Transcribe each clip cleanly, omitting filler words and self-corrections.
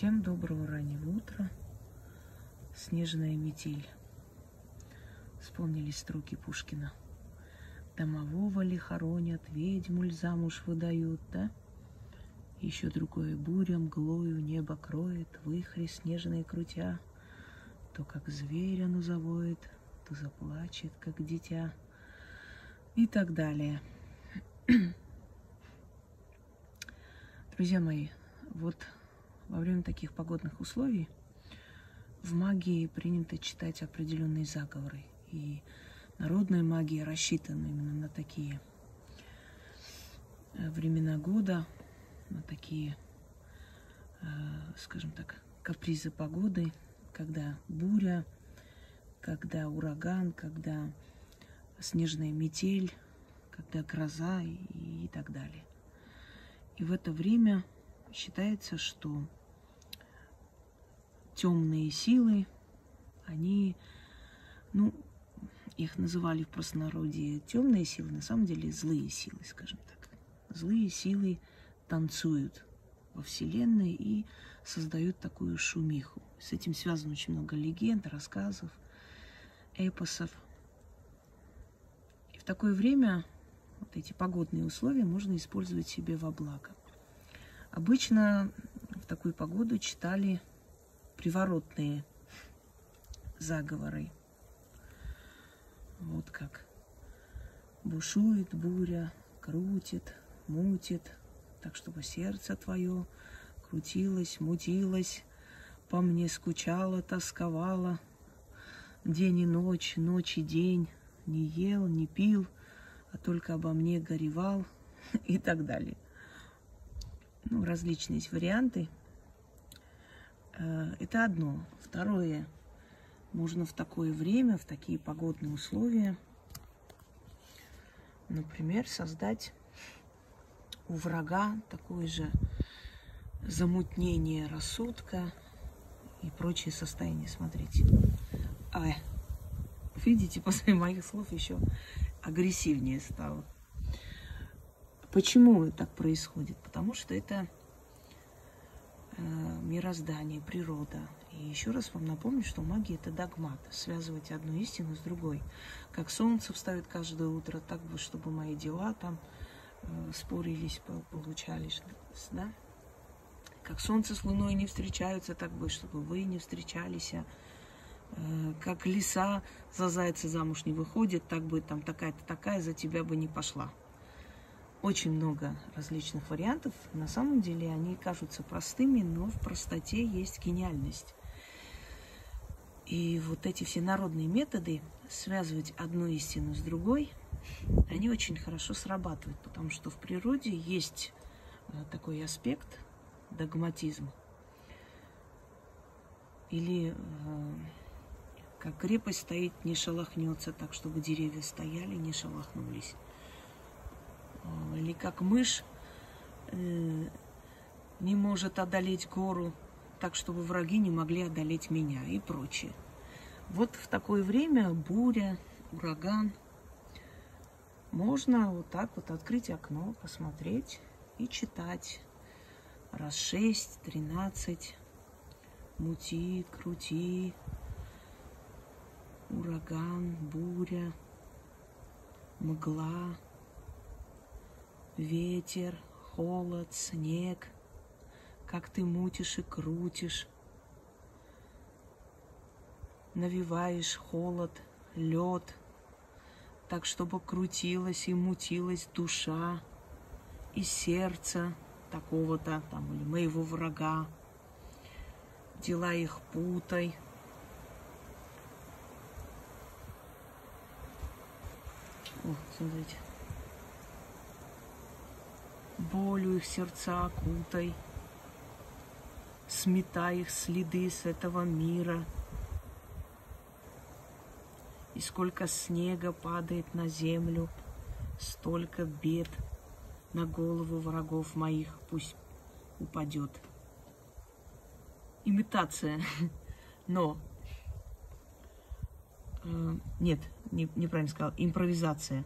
Всем доброго раннего утра. Снежная метель. Вспомнились строки Пушкина. Домового ли хоронят, ведьму ль замуж выдают, да? Еще другое буря мглою небо кроет, вихри снежные крутя. То как зверь оно завоет, то заплачет, как дитя. И так далее. Друзья мои, вот во время таких погодных условий в магии принято читать определенные заговоры. И народная магия рассчитана именно на такие времена года, на такие, скажем так, капризы погоды, когда буря, когда ураган, когда снежная метель, когда гроза и так далее. И в это время считается, что темные силы, они, их называли в простонародье темные силы, на самом деле злые силы, скажем так. Злые силы танцуют во Вселенной и создают такую шумиху. С этим связано очень много легенд, рассказов, эпосов. И в такое время вот эти погодные условия можно использовать себе во благо. Обычно в такую погоду читали приворотные заговоры. Вот как бушует буря, крутит, мутит, так чтобы сердце твое крутилось, мутилось, по мне скучало, тосковало, день и ночь, ночь и день, не ел, не пил, а только обо мне горевал и так далее. Различные есть варианты. Это одно. Второе. Можно в такое время, в такие погодные условия, например, создать у врага такое же замутнение рассудка и прочие состояния. Смотрите. Видите, после моих слов еще агрессивнее стало. Почему так происходит? Потому что это мироздание, природа. И еще раз вам напомню, что магия – это догмат. Связывать одну истину с другой. Как солнце встает каждое утро, так бы, чтобы мои дела там спорились, получались. Да? Как солнце с луной не встречаются, так бы, чтобы вы не встречались. Как лиса за зайца замуж не выходит, так бы там такая-то такая за тебя бы не пошла. Очень много различных вариантов. На самом деле они кажутся простыми, но в простоте есть гениальность. И вот эти все народные методы, связывать одну истину с другой, они очень хорошо срабатывают, потому что в природе есть такой аспект – догматизм. Или как крепость стоит, не шелохнется, так чтобы деревья стояли, не шелохнулись. Или как мышь не может одолеть гору, так чтобы враги не могли одолеть меня и прочее. Вот в такое время буря, ураган. Можно вот так вот открыть окно, посмотреть и читать. Раз 6, 13. Мути, крути. Ураган, буря, мгла. Ветер, холод, снег, как ты мутишь и крутишь, навеваешь холод, лед, так, чтобы крутилась и мутилась душа и сердце такого-то там или моего врага, дела их путай. О, смотрите. Болью их сердца окутай, сметай их следы с этого мира. И сколько снега падает на землю, столько бед на голову врагов моих пусть упадет. Имитация, но нет, неправильно сказала, импровизация.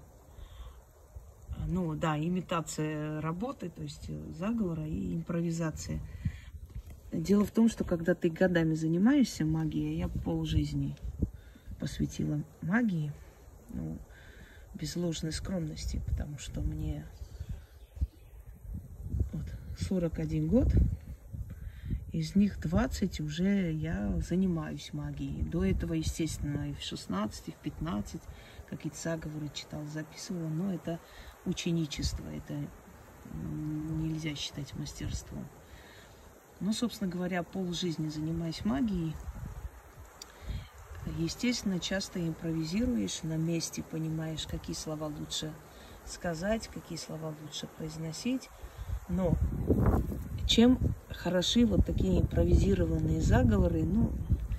Имитация работы, то есть заговора и импровизация. Дело в том, что когда ты годами занимаешься магией, я полжизни посвятила магии, ну, без ложной скромности, потому что мне вот 41 год, из них 20 уже я занимаюсь магией. До этого, естественно, и в 16, и в 15 какие-то заговоры читала, записывала, но это ученичество, это нельзя считать мастерством. Ну, собственно говоря, полжизни занимаясь магией, естественно, часто импровизируешь на месте, понимаешь, какие слова лучше сказать, какие слова лучше произносить. Но чем хороши вот такие импровизированные заговоры, ну,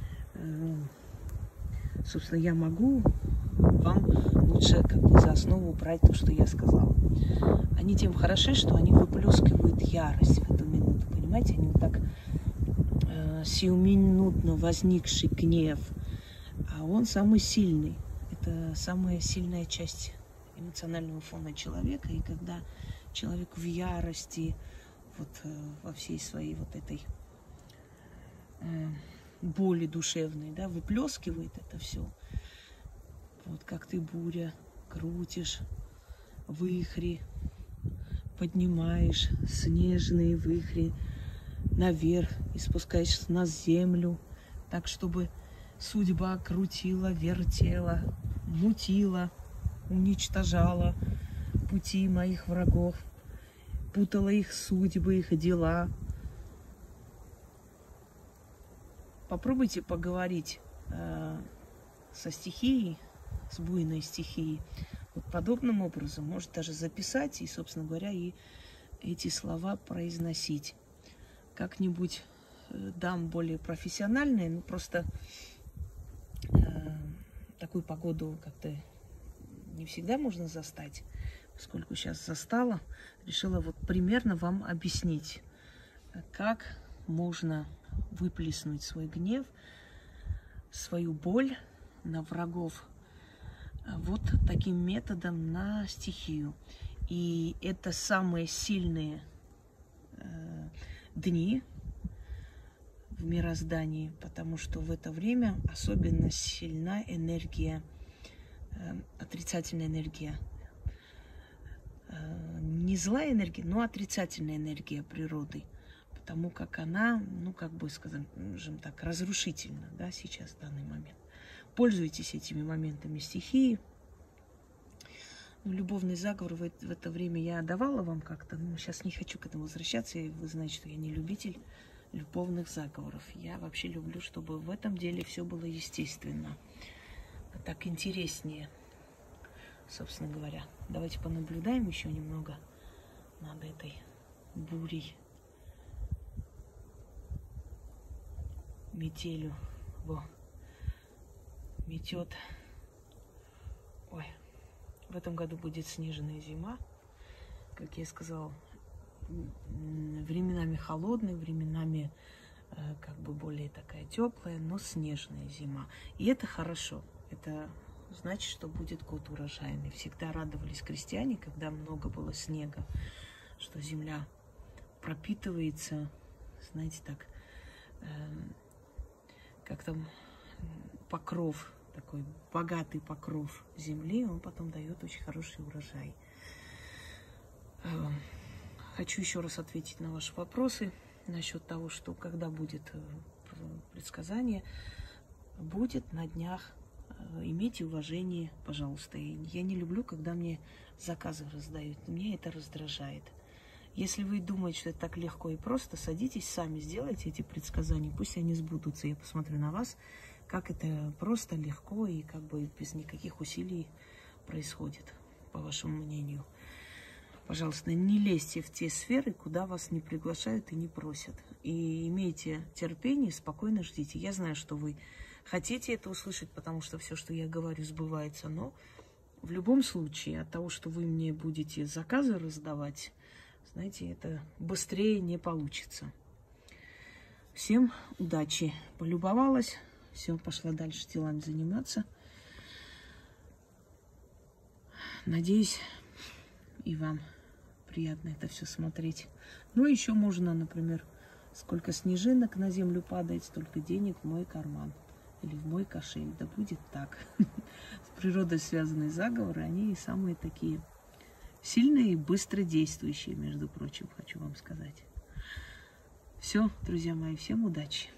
собственно, я могу вам лучше как бы за основу брать то, что я сказала. Они тем хороши, что они выплескивают ярость в эту минуту, понимаете? Они вот так сиюминутно возникший гнев, а он самый сильный. Это самая сильная часть эмоционального фона человека, и когда человек в ярости, вот во всей своей вот этой боли душевной, да, выплескивает это все. Вот как ты буря, крутишь вихри, поднимаешь снежные вихри наверх и спускаешься на землю, так, чтобы судьба крутила, вертела, мутила, уничтожала пути моих врагов, путала их судьбы, их дела. Попробуйте поговорить со стихией, с буйной стихией, вот подобным образом. Может даже записать и, собственно говоря, и эти слова произносить. Как-нибудь дам более профессиональные, ну просто такую погоду как-то не всегда можно застать, поскольку сейчас застала, решила вот примерно вам объяснить, как можно выплеснуть свой гнев, свою боль на врагов вот таким методом на стихию. И это самые сильные дни в мироздании, потому что в это время особенно сильна энергия, отрицательная энергия. Не злая энергия, но отрицательная энергия природы, потому как она, ну, как бы скажем так, разрушительна, да, сейчас, в данный момент. Пользуйтесь этими моментами стихии. Ну, любовный заговор в это время я давала вам как-то, но сейчас не хочу к этому возвращаться, и вы знаете, что я не любитель любовных заговоров. Я вообще люблю, чтобы в этом деле все было естественно, так интереснее, собственно говоря. Давайте понаблюдаем еще немного над этой бурей, метелью. Во, метет. Ой, в этом году будет снежная зима, как я сказала, временами холодная, временами как бы более такая теплая, но снежная зима. И это хорошо. Это значит, что будет год урожайный. Всегда радовались крестьяне, когда много было снега, что земля пропитывается, знаете, так, как там покров, такой богатый покров земли, он потом дает очень хороший урожай. Хочу еще раз ответить на ваши вопросы насчет того, что когда будет предсказание, будет на днях. Имейте уважение, пожалуйста. Я не люблю, когда мне заказы раздают. Мне это раздражает. Если вы думаете, что это так легко и просто, садитесь сами, сделайте эти предсказания, пусть они сбудутся. Я посмотрю на вас, как это просто, легко и как бы без никаких усилий происходит, по вашему мнению. Пожалуйста, не лезьте в те сферы, куда вас не приглашают и не просят. И имейте терпение, спокойно ждите. Я знаю, что вы хотите это услышать, потому что все, что я говорю, сбывается. Но в любом случае от того, что вы мне будете заказы раздавать, знаете, это быстрее не получится. Всем удачи. Полюбовалась. Все, пошла дальше делами заниматься. Надеюсь, и вам приятно это все смотреть. Ну, еще можно, например, Сколько снежинок на землю падает, столько денег в мой карман или в мой кошель. Да будет так. С природой связанные заговоры, они и самые такие сильные и быстро действующие, между прочим, хочу вам сказать. Все, друзья мои, всем удачи.